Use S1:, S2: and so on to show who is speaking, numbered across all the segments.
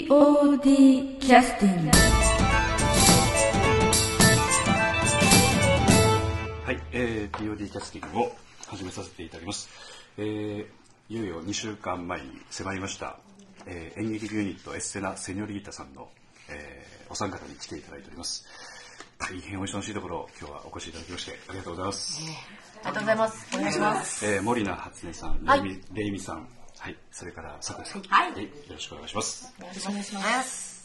S1: POD キャスティング。
S2: はい、POD キャスティングを始めさせていただきます。いよいよ2週間前に迫りました、演劇ユニットエッセナ・セニョリータさんの、お三方に来ていただいております。大変お忙しいところ今日はお越しいただきましてありがとうございます。
S3: ありがとうございます。お願いします。
S2: 森名初音さん、
S3: はい
S2: レイミさん、はい、それからさくらさん、
S3: はい、
S2: よろしくお願いします。
S3: よろしくお願いします。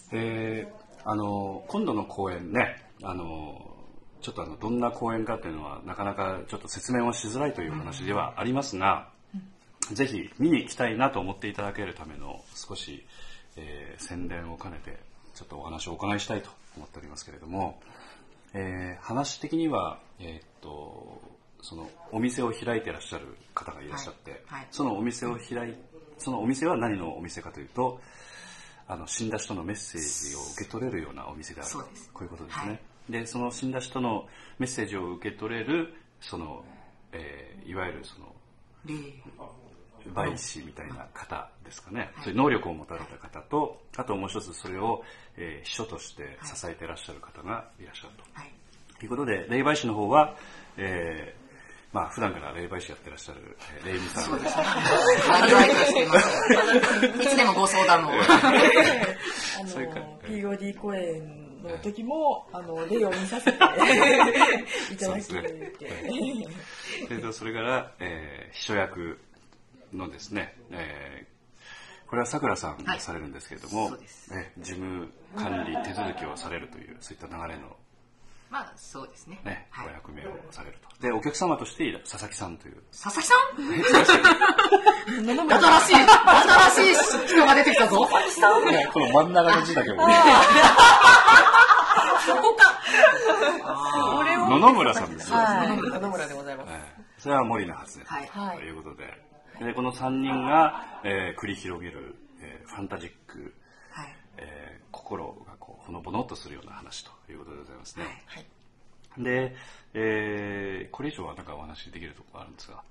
S2: 今度の公演ね、ちょっとどんな公演かというのはなかなかちょっと説明をしづらいという話ではありますが、ぜひ見に行きたいなと思っていただけるための少し、宣伝を兼ねてちょっとお話をお伺いしたいと思っておりますけれども、話的には、そのお店を開いていらっしゃる方がいらっしゃって、はいはい、そのお店は何のお店かというと、死んだ人のメッセージを受け取れるようなお店であると、こういうことですね。はい、でその死んだ人のメッセージを受け取れるその、いわゆるその媒師みたいな方ですかね、はい、そういう能力を持たれた方と、あともう一つそれを、秘書として支えていらっしゃる方がいらっしゃると、はい、いうことで、霊媒師の方は、普段から霊媒師やってらっしゃる霊美さん。そうですね。
S3: いつでもご相談を。
S4: POD 公演の時も霊を見させていただき
S2: て。それから、秘書役のですね、これはさくらさんがされるんですけれども、はい、事務管理手続きをされるというそういった流れの。
S3: まあそうですね。
S2: お役目をされると。でお客様として佐々木さんという。
S3: 佐々木さん？新しい人が出てきたぞ。佐々木さん？
S2: この真ん中の字だけも。
S3: そこか。
S2: 野々村さんですよ。
S4: 野々村でございます。
S2: それは森名初音ということで、この3人が繰り広げるファンタジック、心がこうほのぼのっとするような話ということでございますね。はい、で、これ以上は何かお話できるところがあるんですが、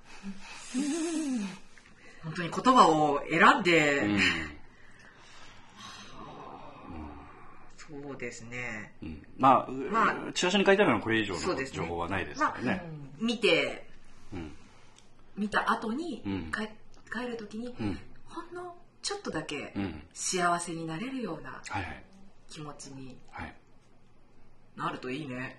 S3: 本当に言葉を選んで、そうですね。
S2: チラシに書いてあるのはこれ以上の情報はないですからね。
S3: 見た後に、帰る時に、ほんのちょっとだけ幸せになれるような気持ちになるといいね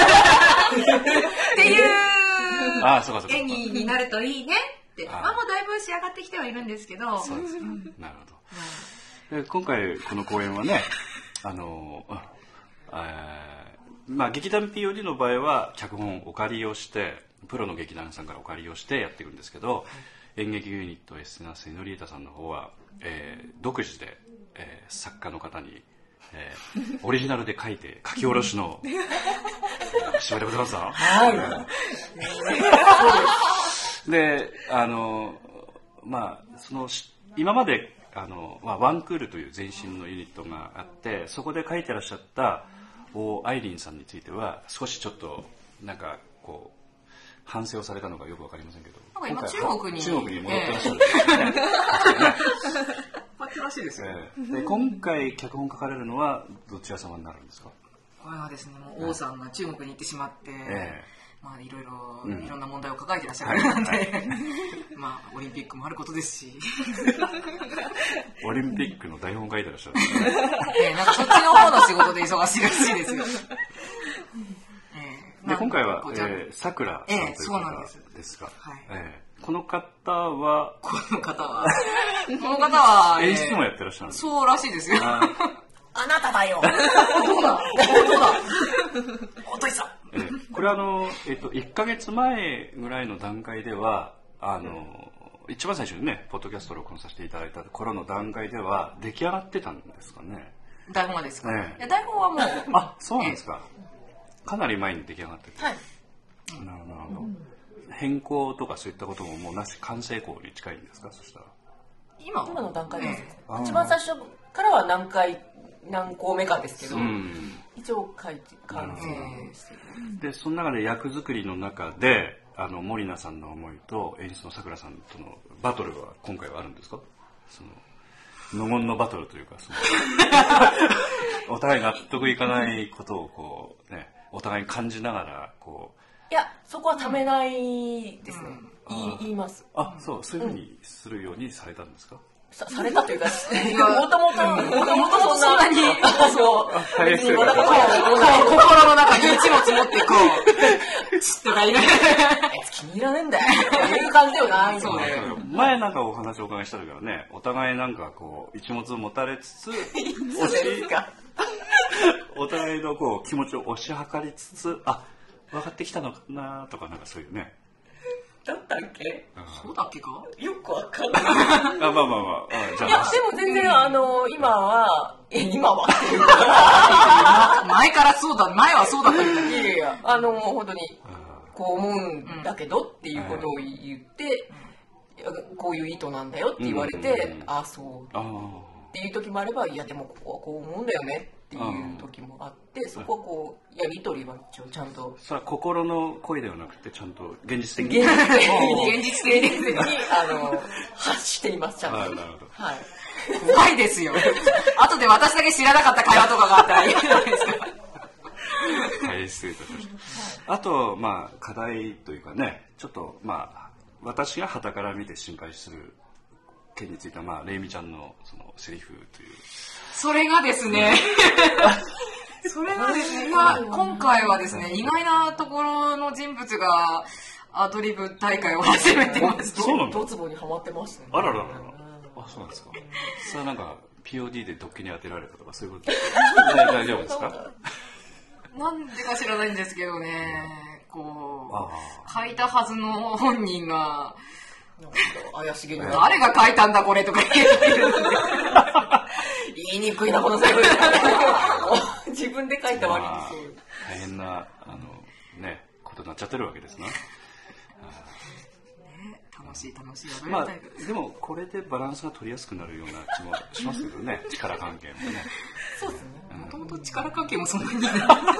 S3: っていう演技になるといいねって、もうだいぶ仕上がってきてはいるんですけど。
S2: そうですか。なるほど。で今回この公演はね、劇団 POD の場合は脚本をお借りをしてプロの劇団さんからお借りをしてやっていくんですけど、演劇ユニットエッセナ・セニョリータさんの方は、独自で、作家の方に、オリジナルで書き下ろしの芝居でございますか？はい。で、その今までワンクールという前身のユニットがあって、そこで書いてらっしゃったアイリンさんについては少しちょっとなんかこう反省をされたのかよくわかりませんけど、
S3: 今中国に
S2: 戻ってらっしゃるんですね。
S3: らしいですよ。
S2: で今回脚本書かれるのはどちら様になるんですか？
S3: これはですね、王さんが中国に行ってしまって、いろいろんな問題を抱えてらっしゃるので、オリンピックもあることですし、
S2: オリンピックの台本書いてらっしゃる。
S3: なんかそっちの方の仕事で忙しいらしいですよ。
S2: で今回はさくらさんという方ですが、この方は演出もやってらっしゃるんですか？
S3: そうらしいですよ。あなただよ。
S4: 本当だ。
S3: 本当にさ。
S2: これは1ヶ月前ぐらいの段階では一番最初にねポッドキャストを録音させていただいた頃の段階では出来上がってたんですかね？
S3: 台本はですか？台本はもう
S2: そうなんですか。かなり前に出来上がってて。
S3: はい。
S2: なるほど。変更とかそういったことももうなし完成稿に近いんですか？そしたら
S4: 今の段階です。一番最初からは何項目かですけど、一応書いて完成して
S2: で、その中で役作りの中で森名さんの思いと演出のさくらさんとのバトルは今回はあるんですか？ 無言のバトルというかお互い納得いかないことをこうね、お互いに感じながらこう。
S4: いや、そこはためないですね。言います。
S2: そういうふうにするようにされたんですか？
S4: されたというか、もともとそんなに、
S3: 別に心の中に一物持ってこう、ちっとかいない。
S4: 気に入らねえんだよ。いう感じではない。
S2: そうね。前なんかお話をお伺いした時はね、お互いなんかこう、一物を持たれつつ、お互いのこう、気持ちを押し量りつつ、分かってきたのかなとか、なんかそういうね。
S4: だったっけ？
S3: そうだっけか？
S4: よくわかんない。
S2: じゃあ。
S4: いや、でも全然今はっていう
S3: か前からそうだ、前はそうだったんだ。
S4: いやもう本当にこう思うんだけどっていうことを言って、こういう意図なんだよって言われて、そうっていう時もあれば、いやでもここはこう思うんだよねっていう時もあって、そこはこうやり取りは一応ちゃんと。
S2: それは心の声ではなくてちゃんと現実的に
S4: 発していますちゃんと。
S2: なるほど。
S4: はい。
S3: 怖いですよ。後で私だけ知らなかった会話とかがあったらいいじゃないですか。
S2: はい、失礼いたしました。あと課題というかね、ちょっと私が傍から見て心配する件についてはレイミちゃんのそのセリフという。
S3: それがですね。今回はですね、意外なところの人物がアドリブ大会を始めてます。
S2: そうなんだ。
S4: ドツボにハマってましたね。
S2: あららら。そうなんですか。それはなんか POD でドッキリに当てられたとかそういうこと大丈夫ですか？
S3: なんでか知らないんですけどね、こう書いたはずの本人が
S4: 怪しげに
S3: 誰が書いたんだこれとか言ってる。
S4: 言いにくいなこのセリフ。自分で書いた割にそう
S2: 大変なことになっちゃってるわけですな。
S3: 楽しい
S2: でもこれでバランスが取りやすくなるような気もしますけどね。力関係もね。
S3: そうですね。もともと力関係もそんなに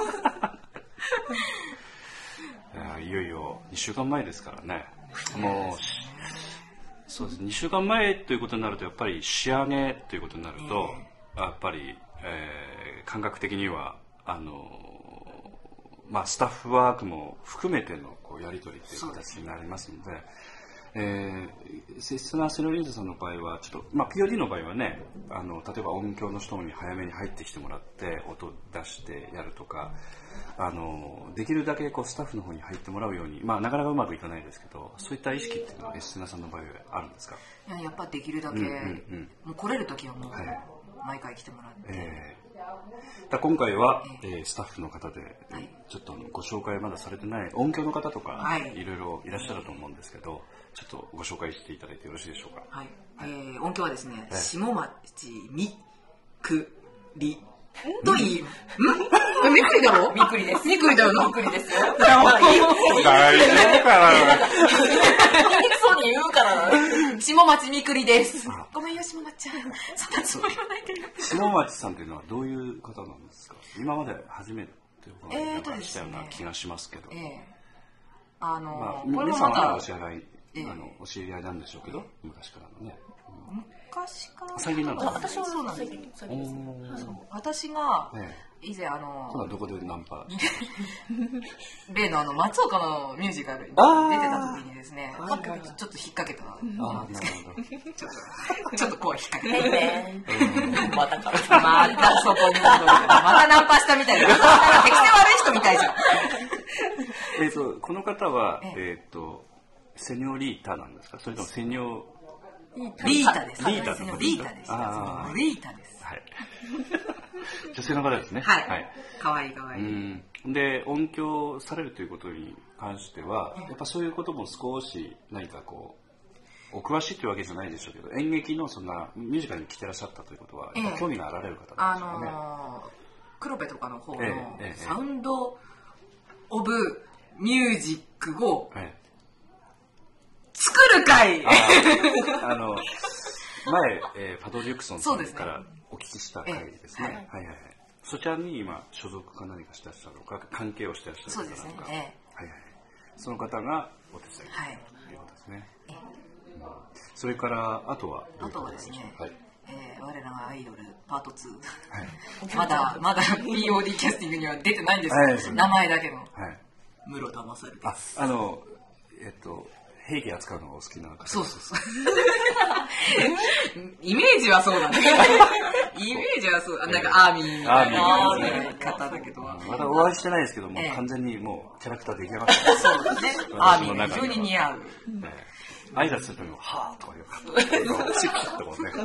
S2: いよいよ2週間前ですからね。もうそうです。2週間前ということになるとやっぱり仕上げということになるとやっぱり、感覚的にはスタッフワークも含めてのやり取りという形になりますので。セスナ・セロリンザさんの場合はちょっと、POD の場合はね、例えば音響の人に早めに入ってきてもらって音出してやるとか、できるだけスタッフの方に入ってもらうように、なかなかうまくいかないですけど、そういった意識っていうのはセスナさんの場合はあるんですか？
S3: やっぱできるだけ、もう来れる時はもう毎回来てもらって。
S2: 今回は、スタッフの方で、ちょっとご紹介まだされてない音響の方とか、いろいろいらっしゃると思うんですけど、ちょっとご紹介していただいてよろしいでしょうか。
S3: 音響はですね、下町みくりというみくりだろ？
S4: みくりです。
S3: みくりだよな。
S4: みくりですよ。
S2: 大丈夫かな？
S4: そうに言うからな。
S3: 下町みくりです。ごめんよ下町ちゃん。そんなつもりはないけど。
S2: 下町さんというのはどういう方なんですか？今まで初めてお伺いしたような気がしますけど。皆さんはお知り合いなんでしょうけど、昔からのね。
S3: 昔から
S2: 最近なんですか？
S3: 私はそうなんです。私が以前
S2: 今度はどこでナンパ
S3: 例の松岡のミュージカルに出てた時にですね、ちょっと引っ掛けたんですけど、ちょっとこう引っ掛けてまたそこにまたナンパしたみたいな、適性悪い人みたいじゃん。
S2: この方はセニョリータなんですか？それともセニョ
S3: リータです。
S2: リータです。
S3: リータです。リータです。
S2: はい。女性の方ですね。
S3: はい。可愛い可愛い。
S2: で、音響されるということに関しては、やっぱそういうことも少し何かお詳しいというわけじゃないでしょうけど、演劇のそんなミュージカルに来てらっしゃったということは、やっぱ興味があられる方なんですよね。
S3: 黒部とかの方のサウンドオブミュージックを作る会。
S2: 前パトリックソンさんからお聞きした回ですね。そちらに今所属か何かしてらっしゃるのか、関係をしてらっしゃるのか、そうですね。その方がお手伝いということですね。それからあとは
S3: ですね、 我らがアイドルパート2、まだ POD キャスティングには出てないんですけど、名前だけの室田勝です。
S2: 兵器扱うのがお好きな方。
S3: そうイメージはそうだね。イメージはそう、なんかアーミーみたいな方だけど、
S2: まだお会いしてないですけども、完全にもうキャラクター出来上がって
S3: そうですね。アーミーが非常に似合う。
S2: 挨拶するのにはぁとか言うかシュッとこうね。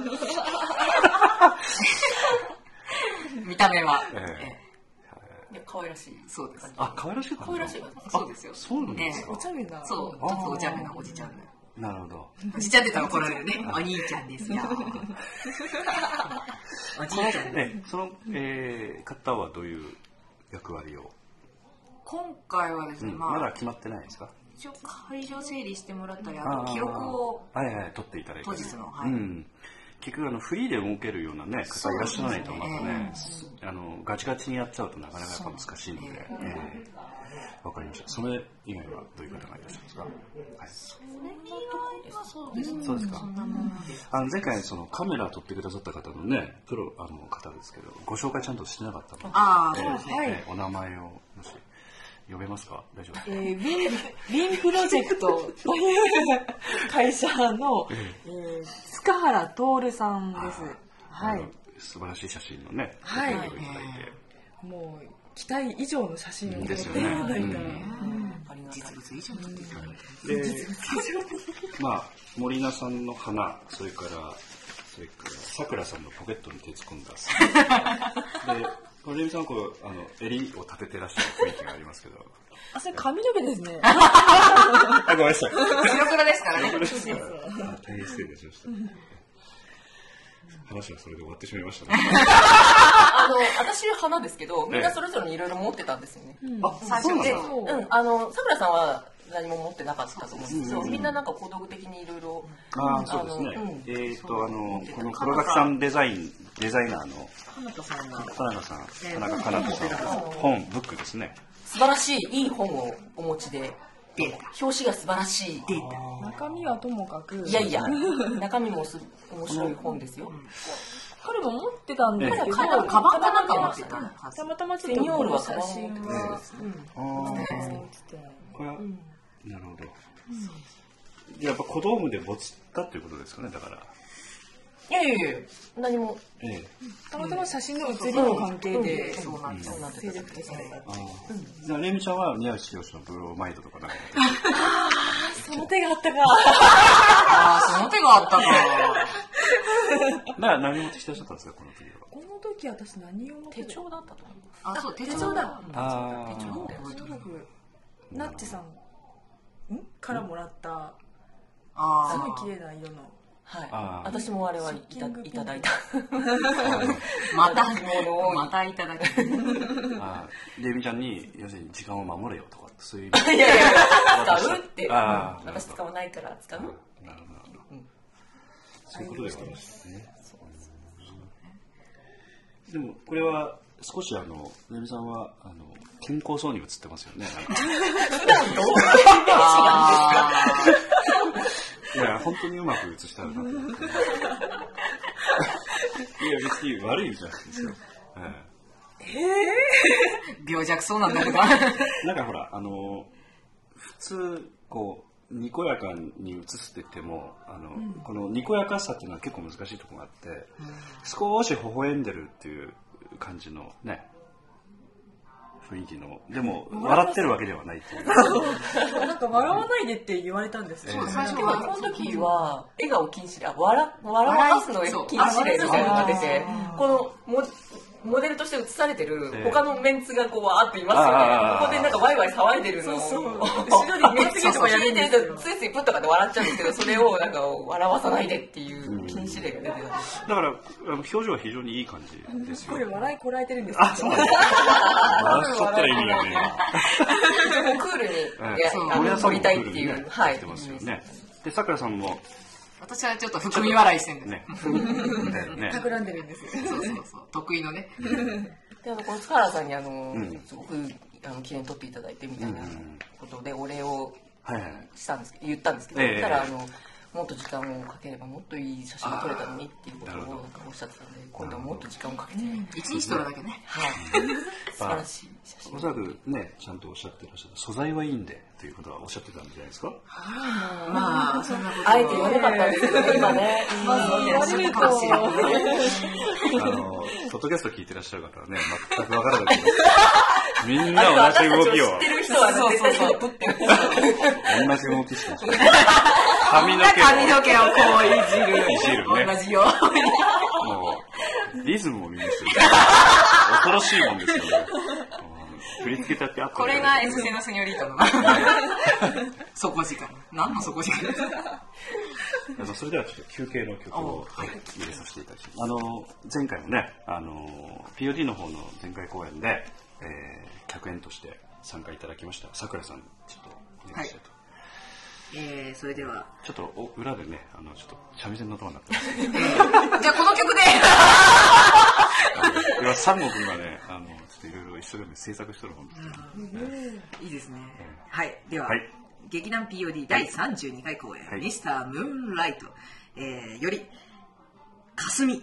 S3: 見た目は
S4: 可愛らしい。
S3: そうです。
S2: 可愛らしいかな。
S4: 可愛らしい。
S3: そうですよ。
S2: そうなんですか。
S4: お茶目な。
S3: そう、ちょっとお茶目なおじちゃん。
S2: なるほど。
S3: おじちゃんって言ったら怒られるね。お兄ちゃんですよ。おじいちゃん
S2: ね。その方はどういう役割を？
S3: 今回はですね、
S2: まだ決まってないですか？
S3: 一応会場整理してもらったり、記録を
S2: 取っていただいて、
S3: 当日の、
S2: 結局フリーで動けるようなね方いらっしゃらないとまたね、ガチガチにやっちゃうとなかなかやっぱ難しいので、わかりました。それ以外はどういう方がいらっしゃいますか？
S3: それ以外はそうですね。
S2: そうですか。前回そのカメラ撮ってくださった方のねプロ方ですけど、ご紹介ちゃんとしてなかったので、
S3: そうですね。
S2: お名前をもし呼べますか？大丈夫。
S1: ウィンプロジェクトという会社の塚原徹さんです。はい。
S2: 素晴らしい写真のね、
S1: はい。
S2: いただいて、
S1: もう期待以上の写真を撮っていただいた。
S3: 実物以上に撮っていただいて。
S2: で、森菜さんの花、それからさくらさんのポケットに手突っ込んだ。で。レミさんは襟を立ててらっしゃる雰囲気がありますけど。
S1: それ髪の毛ですね。
S2: ごめんなさい。
S3: 白黒ですからね。
S2: 大変失礼しました。話はそれで終わってしまいましたね。
S4: 私は花ですけど、みんなそれぞれにいろいろ持ってたんですよね。
S3: 最初で、
S4: さくらさんは何も持ってなかったと思うんですけど、みんななんか小道具的にいろいろ。
S2: そうですね。このプロダクションデザイナーの田中かなたさんの本ブックですね。
S4: 素晴らしいいい本をお持ちで、表紙が素晴らしい。
S1: 中身はともかく。
S4: いやいや、中身も面白い本ですよ。
S1: 彼も持ってたんですけど、
S3: カバンかなんか持ってた。
S1: たまたまちょっと
S4: セニョールは
S1: 写真が
S2: これはなるほど。やっぱ小道具でボツったっていうことですかね、だから。
S4: いや何も。
S1: たまたま写真の写りの関係で、
S4: そうなんです。
S1: 精力的
S2: な。レミちゃんは宮内清のブロマイドとかなんか。
S1: その手があったか。
S3: その手があったか。
S2: 何を持ってきてらっしゃったんですか、この時は。
S1: この時私何を持って
S4: 手帳だったと思う。
S3: そう、手
S1: 帳だ。
S3: 手帳って
S1: おそらくナッチさんからもらったすごい綺麗な色の。
S4: はい。私もあれはいただいた。
S3: またいただき。
S2: レミちゃんに要するに時間を守れよとかそういう。
S4: いや使うって。私使わないから使う。なるほど。
S2: そういうことですね。でもこれは少しレミさんは健康そうに映ってますよね。
S4: 普段どう
S2: いや本当にうまく映したらなと思って。いや別に悪い意味じゃないですよ。
S3: 病弱そうなんだけど。
S2: なんかほら普通にこやかに映すって言ってもこのにこやかさっていうのは結構難しいところがあって、少し微笑んでるっていう感じのね雰囲気のでも笑ってるわけではないっていう。
S1: なんか笑わないでって言われたんですよ。
S4: 最初はこの時は笑顔禁止で笑わすの禁止令みたいなのが出て、このモデルとして映されてる他のメンツがわーっていますよね。ここでなんかワイワイ騒いでるのを後ろにメンツとかやるんですけど、ついついプッとかで笑っちゃうんですけど、それをなんか笑わさないでっていう禁止令が出てた。
S2: だから表情は非常にいい感じですよ。
S1: これ笑いこらえてるんです
S2: か？そうなんです。笑っちゃったら意味がね。
S4: クールに撮りたいっていう。
S2: はい。してますよね。で、さくらさんも。
S3: 私はちょっと含み笑いしてるんですね。
S1: 企んでるんです。
S3: そう得意のね。
S4: でこの塚原さんにすごく記念撮っていただいてみたいなことでお礼をしたんですけど言ったんですけど、そしたらもっと時間をかければもっといい写真が撮れたのにっていうことをなんかおっしゃってたので、今度はもっと時間をかけて
S3: 一日撮るだけね。
S4: はい素晴らしい写真。
S2: おそらくね、ちゃんとおっしゃってらっしゃった素材はいいんでということはおっしゃってたんじゃないですか。
S3: まあそんなこと
S4: あえて言わなかったんですけどね、今ね。
S1: 言われると。
S2: ポッドキャスト聞いてらっしゃる方はね、全くわからないけど、みんな同じ動きを。
S4: 知ってる人は絶対そう撮ってる。
S2: 同じ動きしてますね。
S3: 髪の毛をこういじる。
S2: いじるね。
S4: 同じように。
S2: もう、リズムを身にしてる。恐ろしいもんですよね。振り付けたってあった
S3: これがエスセのセニョリータの底力。何の底力。
S2: それではちょっと休憩の曲を入れさせていただきます。前回もね、POD の方の前回公演で、客演として参加いただきましたさくらさん、ちょっとお願いしたいと。
S3: それでは
S2: ちょっと裏でね、ちょっと三味線の音が鳴ってます。
S3: じゃあこの曲で
S2: 今三国がね、ちょっといろいろ一生懸命制作してるもんですけど、
S3: いいですね。はい、では、
S2: はい、
S3: 劇団 POD 第32回公演、ミスタームーンライト、より霞。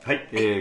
S2: はい、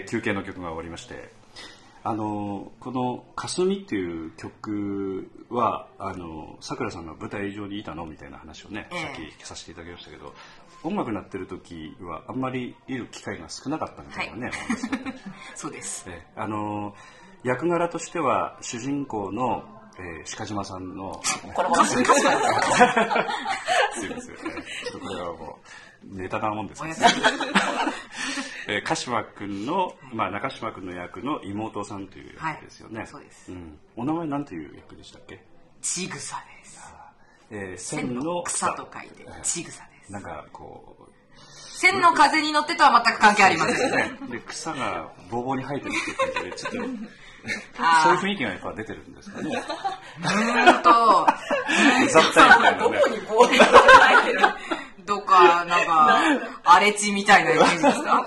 S2: 休憩の曲が終わりまして、この「かすみ」っていう曲はさくらさんが舞台上にいたのみたいな話をね、さっき聞かさせていただきましたけど、音楽になってる時はあんまりいる機会が少なかったみたいなね、
S3: そうです。
S2: 役柄としては主人公の鹿島さんの
S4: これも鹿島さん
S2: すいません、これはもうネタなもんですけど鹿島君の、中島君の役の妹さんという役ですよね。
S3: そうです。
S2: お名前なんていう役でしたっけ？
S3: ちぐさです。
S2: 千の
S3: 草と書いてちぐさです。
S2: なんかこう
S3: 千の風に乗ってとは全く関係ありませんね。
S2: で草がボーボーに生えてるっていう感じでちょっとそういう雰囲気がやっぱ出てるんですかね。雑体みたいなね。
S4: どこにボーボー生えてる？
S3: どっかなんか荒れ地みたいなイメージですか？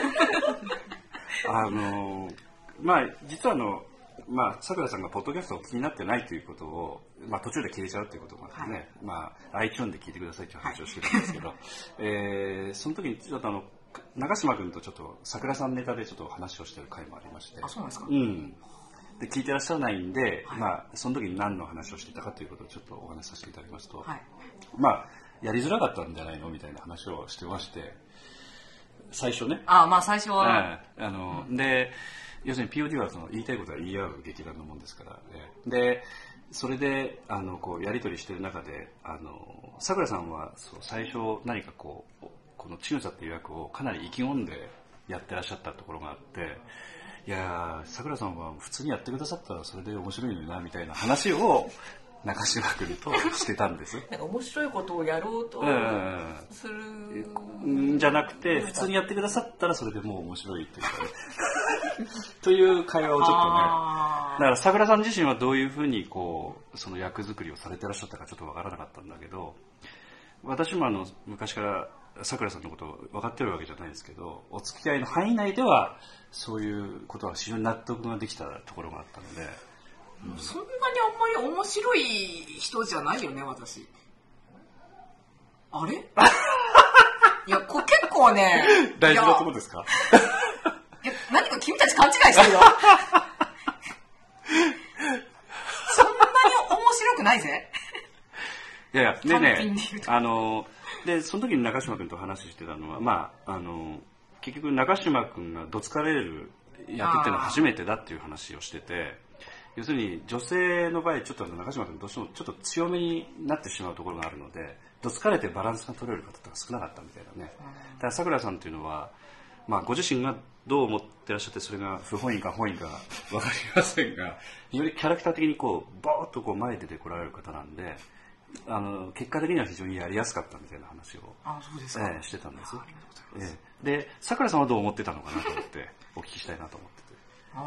S2: 実はさくらさんがポッドキャストを気になってないということを、途中で消えちゃうということがあってね、iTunes で聞いてくださいという話をしてるんですけど、その時にちょっと長嶋君とちょっとさくらさんネタでちょっと話をしてる回もありまして、
S3: あ、そうなんですか？
S2: で聞いてらっしゃらないんで、その時に何の話をしていたかということをちょっとお話しさせていただきますと、やりづらかったんじゃないのみたいな話をしてまして、最初ね。
S3: 最初は。
S2: で、要するに POD はその言いたいことは言い合う劇団のもんですから、で、それでこうやり取りしてる中で、さくらさんは最初何かこのちぐさっていう役をかなり意気込んでやってらっしゃったところがあって、いやー、さくらさんは普通にやってくださったらそれで面白いのになみたいな話を中島君としてたんです。
S4: なんか面白いことをやろうとする
S2: じゃなくて、普通にやってくださったらそれでもう面白いというか、という会話をちょっとね、だからさくらさん自身はどういうふうにその役作りをされてらっしゃったかちょっとわからなかったんだけど、私も昔からさくらさんのことを分かってるわけじゃないですけど、お付き合いの範囲内ではそういうことは非常に納得ができたところがあったので、
S3: そんなにあんまり面白い人じゃないよね、私。あれ？いや、結構ね。
S2: 大事なとこですか？
S3: いや、何か君たち勘違いしてるよ。そんなに面白くないぜ。
S2: いや、でね、で、その時に中島君と話してたのは、結局中島君がどつかれる役っていうのは初めてだっていう話をしてて、要するに女性の場合ちょっと中島君どうしてもちょっと強めになってしまうところがあるので、どつかれてバランスが取れる方が少なかったみたいなね。だからさくらさんっていうのは、ご自身がどう思ってらっしゃって、それが不本意か本意か分かりませんが、非常にキャラクター的にボーッと前に出てこられる方なんで、結果的には非常にやりやすかったみたいな話をしてたんです。で、さくらさんはどう思ってたのかなと思ってお聞きしたいなと思ってて。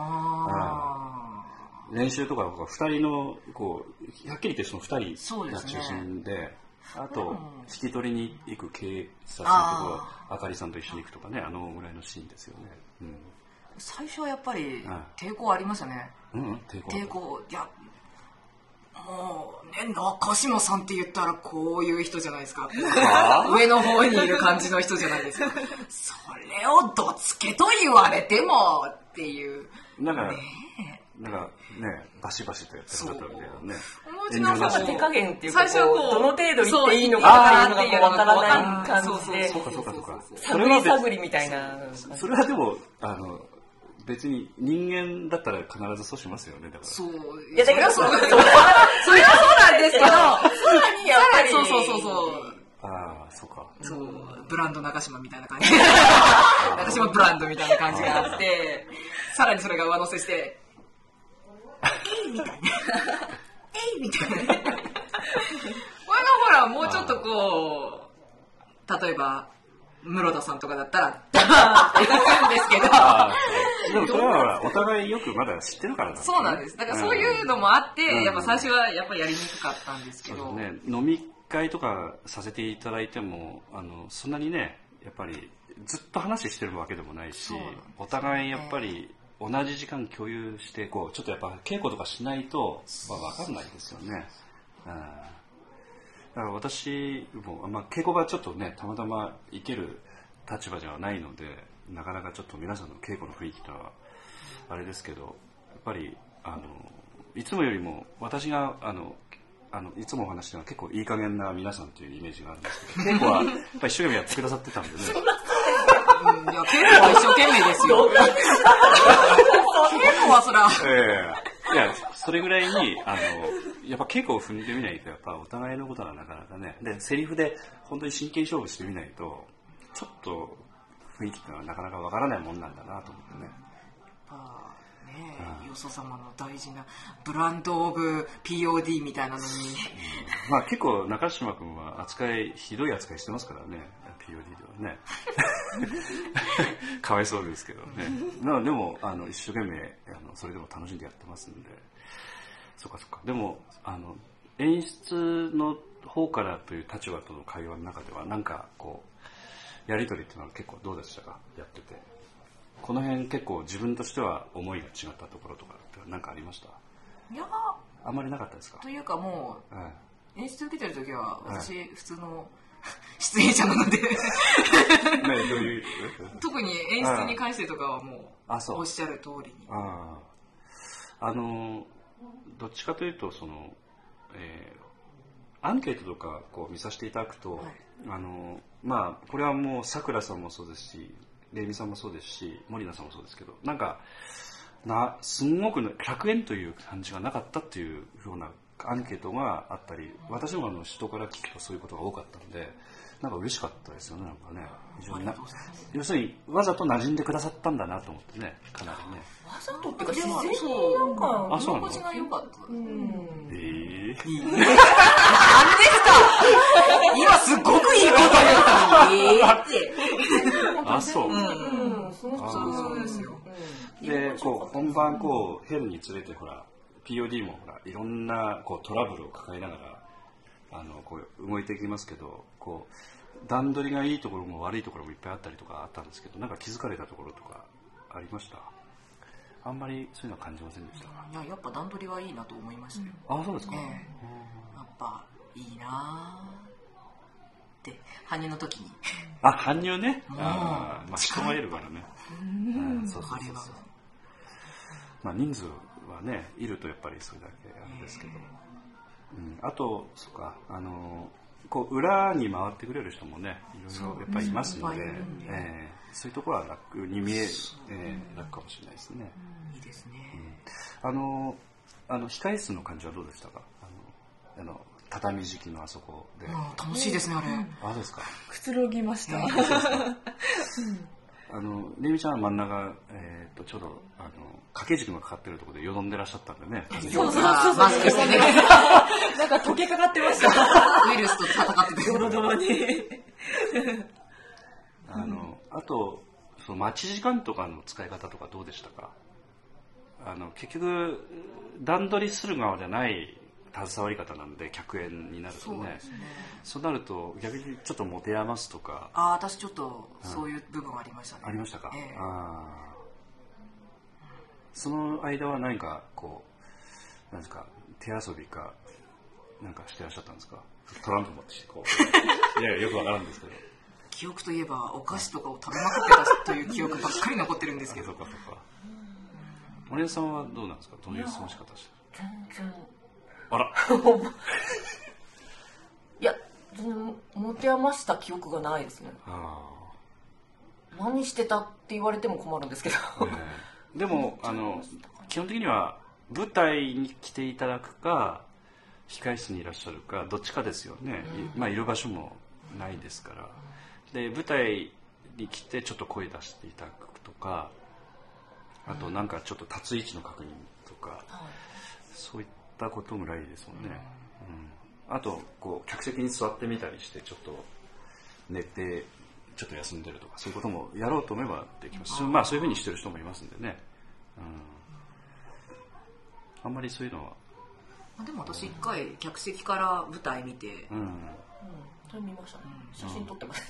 S2: 練習とか2人のはっきり言ってその2人が中心で、あと引き取りに行く警察のところ、あかりさんと一緒に行くとかね、ぐらいのシーンですよね。
S3: 最初はやっぱり抵抗ありましたね。抵抗、いや、もうね、中島さんって言ったらこういう人じゃないですか。上の方にいる感じの人じゃないですか。それをどつけと言われてもっていう。
S2: なんかね、バシバシとやってる方みたいなね。
S4: なんか手加減っていうか、どの程度言っていいのかっていうのがわからない感じで、
S2: そうか。
S4: 探り探りみたいな。
S2: それはでも別に人間だったら必ずそうしますよね。だから。
S3: そう。
S4: いやだけどそれはそうなんですけど、さらにやっぱり
S3: そう。
S2: そうか。
S3: そう、ブランド中島みたいな感じ。中島ブランドみたいな感じがあって、さらにそれが上乗せして。みたいな。みたいな。これがほら、もうちょっと例えば、室田さんとかだったら、ダーンって言うんですけど。
S2: でもそれはお互いよくまだ知ってるからだ、ね。
S3: そうなんです。だからそういうのもあって、やっぱ最初はやっぱりやりにくかったんですけど。
S2: そうですね。飲み会とかさせていただいても、そんなにね、やっぱりずっと話してるわけでもないし、お互いやっぱり、同じ時間共有してちょっとやっぱ稽古とかしないと分かんないですよね。だから私も、稽古場ちょっとねたまたま行ける立場ではないので、 なかなかちょっと皆さんの稽古の雰囲気とはあれですけど、やっぱりいつもよりも私がいつもお話してるのは結構いい加減な皆さんというイメージがあるんですけど、稽古はやっぱり一生懸命やってくださってたんでね。
S3: いや、稽古は一生懸命ですよ。稽古はそら。
S2: いや、それぐらいに、やっぱ稽古を踏んでみないと、やっぱお互いのことはなかなかね、で、セリフで本当に真剣勝負してみないと、ちょっと雰囲気っていうのはなかなかわからないもんなんだなと思ってね。
S3: よそ様の大事なブランドオブ POD みたいなのに。
S2: まあ結構中島君はひどい扱いしてますからね、POD ではね。かわいそうですけどね。でも一生懸命それでも楽しんでやってますんで。そっかそっか。でも演出の方からという立場との会話の中ではなんかこうやり取りっていうのは結構どうでしたか、やってて。この辺結構自分としては思いが違ったところとかって何かありました？
S3: いや
S2: あんまりなかったですか？
S3: というかもう、演出受けてる時は私普通の出演者なので特に演出に関してとかはもうおっしゃる通りに。
S2: どっちかというとアンケートとかこう見させていただくと、まあこれはもうさくらさんもそうですし、レイミさんもそうですし、森菜さんもそうですけど、なんかすんごく100円という感じがなかったっていうようなアンケートがあったり、私も人から聞くとそういうことが多かったので、なんか嬉しかったですよね。なんかね、非常に要するにわざと馴染んでくださったんだなと思ってね、かなりね。
S4: わざとっていうか自然になんか
S3: 居心地が良かった。
S2: なんです
S3: か。今すっごくいいこと言ったのに。
S2: そう。
S3: そうですよ。
S2: で、こう本番こうヘルにつれてほら POD もほらいろんなこうトラブルを抱えながらこう動いていきますけど、こう段取りがいいところも悪いところもいっぱいあったりとかあったんですけど、なんか気づかれたところとかありました？あんまりそういうのは感じませんでしたか？
S3: いや、やっぱ段取りはいいなと思いましたよ。
S2: あ、そうですか。
S3: やっぱいいなって搬入の時に。
S2: 搬入ね。まあ人がいるからね。そう。まあ人数はねいるとやっぱりそれだけあれですけど。あとそうかこう裏に回ってくれる人もねいろいろやっぱりいますので、そういうところは楽に楽かもしれないですね。
S3: いいですね。
S2: 控室の感じはどうでしたか？畳敷きのあそこで。
S3: 楽しいですねあれ。
S2: あ、そうですか。
S1: くつろぎました。
S2: レミちゃんは真ん中ちょうど掛け軸がかかってるところでよどんでらっしゃったんでね。
S1: そう。
S3: マスクしてね。
S1: なんか溶けかかってました。
S3: ウイルスと戦ってて。
S1: ドロドロに。
S2: あと待ち時間とかの使い方とかどうでしたか？結局段取りする側じゃない携わり方なんで客演になるとね。そうなると逆にちょっと持て余すとか。
S3: 私ちょっとそういう部分はありましたね。
S2: ありましたか？その間は何かこうなんですか、手遊びかなんかしてらっしゃったんですか？トランプ持ってきてこう。いやよくわからんですけど。
S3: 記憶といえばお菓子とかを食べまくってたという記憶ばっかり残ってるんですけど。
S2: そうか。お姉さんはどうなんですか？どういう過ごし方してる？
S4: 全然。
S2: あら。
S4: いや、持て余した記憶がないですね。何してたって言われても困るんですけど。
S2: でも基本的には舞台に来ていただくか控室にいらっしゃるかどっちかですよね。まあいる場所もないですから。で舞台に来てちょっと声出していただくとか、あとなんかちょっと立つ位置の確認とか、そういったことぐらいですもんね。あとこう客席に座ってみたりしてちょっと寝てちょっと休んでるとか、そういうこともやろうと思えばできます。まあそういうふうにしてる人もいますんでね。あんまりそういうのは。
S3: でも私一回客席から舞台見て。
S4: それ見ましたね。写真撮ってます。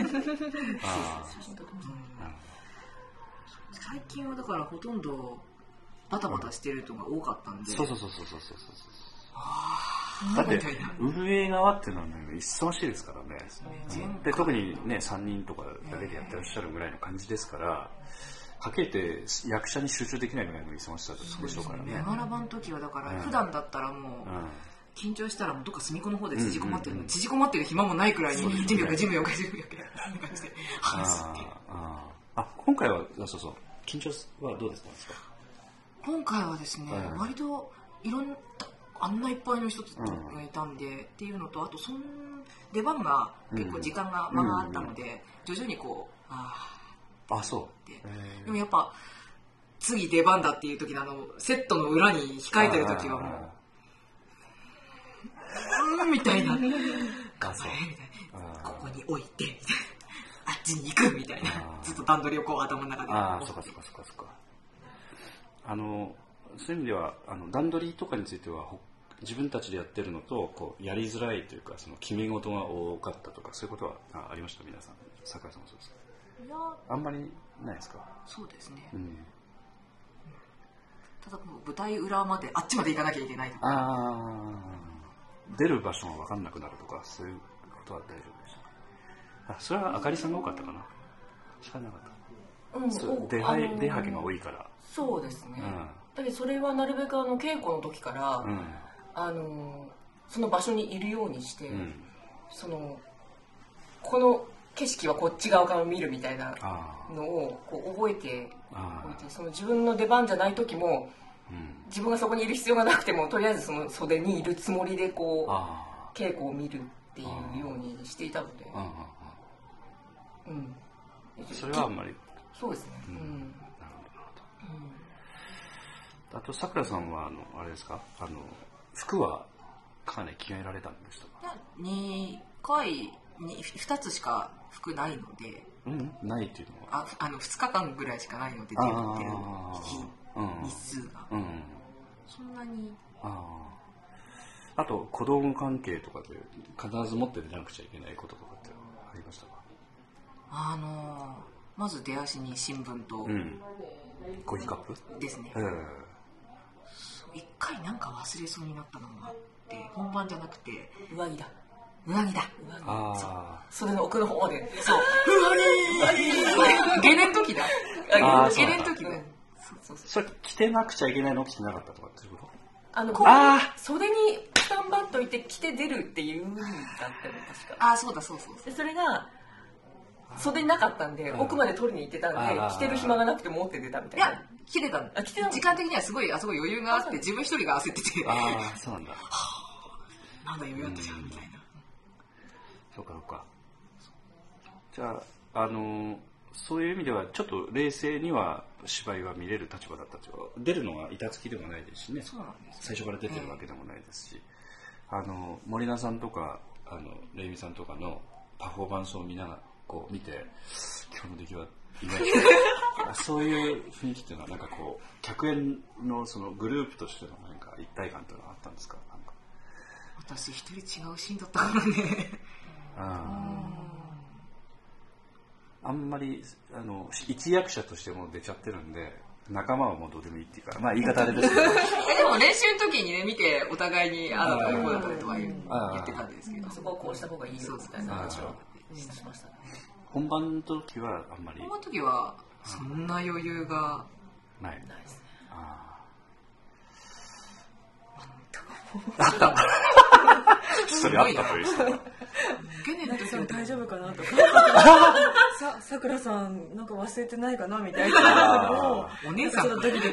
S3: 最近はだからほとんどバタバタしてる人が多かったんで。
S2: そう。 だって運営側っていうのはね忙しいですからね。で特にね3人とかだけでやってらっしゃるぐらいの感じですから。かけて役者に集中できないぐらいの忙しさでしょうからね。
S3: メガラバの時はだから普段だったらもう緊張したらもうどっか隅っこの方で縮こまってるの、縮こまってる暇もないくらいに準備を準備を
S2: 今回はそう緊張はどうですか。
S3: 今回はですね割といろんなあんないっぱいの人がいたんでっていうのとあと出番が結構時間が間があったので徐々にこう
S2: そう
S3: でもやっぱ次出番だっていう時のセットの裏に控えてる時はもうみたいな頑張れみたいなここに置いてみたいなあっちに行くみたいなずっと段取りをこう頭の中で
S2: そうかそういう意味では段取りとかについては自分たちでやってるのとこうやりづらいというかその決め事が多かったとかそういうことはありました。皆さん桜井さんもそうですか。あんまりないですか。
S3: そうですね、ただもう舞台裏まであっちまで行かなきゃいけないとか
S2: 出る場所が分かんなくなるとかそういうことは大丈夫でしたか。それはあかりさんが多かったかな。知らなかった、出はけが多いから。
S4: そうですね、だけどそれはなるべく稽古の時から、その場所にいるようにして、この景色はこっち側から見るみたいなのをこう覚えておいて、その自分の出番じゃない時も、自分がそこにいる必要がなくてもとりあえずその袖にいるつもりでこう稽古を見るっていうようにしていたので、
S2: それはあんまり
S4: そうですね。
S2: なるほど。あとさくらさんはあれですか服はかなり着替えられたんでしたか。
S3: 2回に2つしか服ないので、
S2: ないっていうのは
S3: 2日間ぐらいしかないので出る日数が、そんなに
S2: あと子供関係とかで必ず持って出なくちゃいけないこととかってありましたか。
S3: まず出足に新聞と、
S2: コーヒーカップ
S3: ですね。一回なんか忘れそうになったのがあって本番じゃなくて
S4: 上着だ
S3: そう
S4: 袖の奥の方まで
S3: そうゲネの時だゲネの時だ
S2: それ着てなくちゃいけないの着てなかったとかっていうこと
S4: 袖にスタンバっといて着て出るっていう風にだったの確か。
S3: そうだ
S4: でそれが袖になかったんで、奥まで取りに行ってたんで着てる暇がなくて持って出たみたいな。
S3: いや着てたんだ。時間的にはすごい余裕があって自分一人が焦ってて
S2: そうなんだ。
S3: なんだ余裕あったじゃんみたいな。
S2: そうか。じゃあそういう意味ではちょっと冷静には芝居は見れる立場だったと。出るのが板付きでもないですしね。
S3: そうなんです。
S2: 最初から出てるわけでもないですし、森名さんとかレイミさんとかのパフォーマンスを見て今日の出来はいないそういう雰囲気っていうのはなんかこう客演のそのグループとしてのなんか一体感っていうのはあったんですか。なんか
S3: 私一人違うシーンだったからね
S2: あんまり一役者としても出ちゃってるんで仲間はもうどうでもいいっていうか言い方あれですけど
S3: でも練習の時にね見てお互いにこうだったりとか言ってたんですけど、
S4: そこをこうした方がいいよみたいな話をしましたね。
S2: 本番の時はあんまり。
S3: 本番の時はそんな余裕が
S2: ない
S4: ですね。
S2: あったそれあったという人
S1: ゲネットさん大丈夫かなとかさくらさんなんか忘れてないかなみたいな
S3: お姉さん
S1: ドキドキ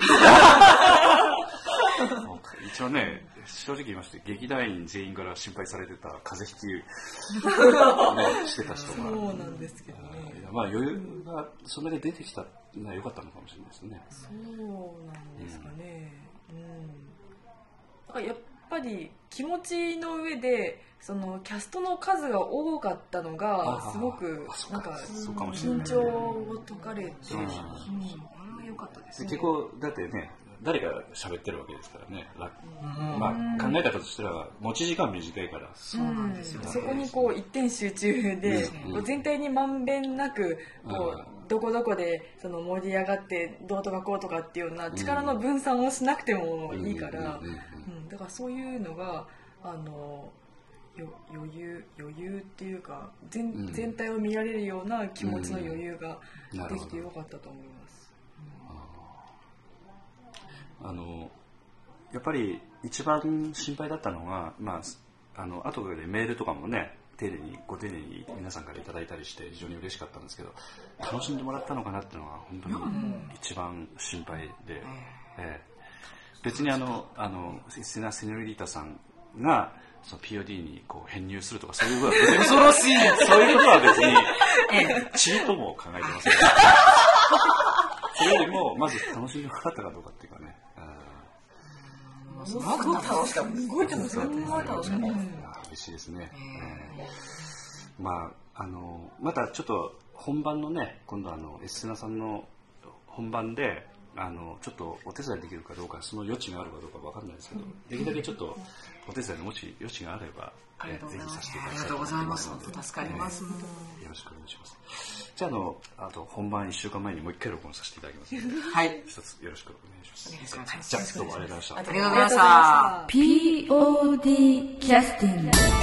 S2: 一応ね正直言いまして劇団員全員から心配されてた風邪ひきしてた人が
S1: そうなんですけどね。
S2: 余裕がそれで出てきたのは良かったのかもしれないですね。
S1: そうなんですかね。やっぱり気持ちの上でそのキャストの数が多かったのがすごくなんか緊張を解かれて、
S3: 良かったですね。
S2: 結構だってね誰か喋ってるわけですからね。考え方としては持ち時間短いから。
S3: そうなんですよ。
S1: そこにこう一点集中で全体にまんべんなくこうどこどこでその盛り上がってどうとかこうとかっていうような力の分散をしなくてもいいから、だからそういうのが余裕っていうか全体を見られるような気持ちの余裕ができてよかったと思います。
S2: やっぱり一番心配だったのが、後でメールとかもねご丁寧に皆さんからいただいたりして非常に嬉しかったんですけど、楽しんでもらったのかなっていうのが本当に一番心配で、別にセナ・セニョリータさんがその POD にこう編入するとかそういうことは
S3: 恐ろしい
S2: そういうことは別にちりとも考えてません。それよりもまず楽しんでもらったかどうかっていうかね。
S4: すごく楽しかった。すごい楽しかった。
S2: 嬉しいですね。またちょっと本番のね、今度エスセナさんの本番でちょっとお手伝いできるかどうか、その余地があるかどうかわかんないですけど、できるだけちょっとお手伝いのもし余地があればぜひさせていただきたいと思いますので、
S3: 助かります。
S2: よろしくお願いします。じゃああと本番1週間前にもう一回録音させていただきますので、
S3: はい、
S2: 一つよろしくお願いします。じゃあどうもありがとうございました。
S3: ありがとうございました。
S5: POD キャスティング。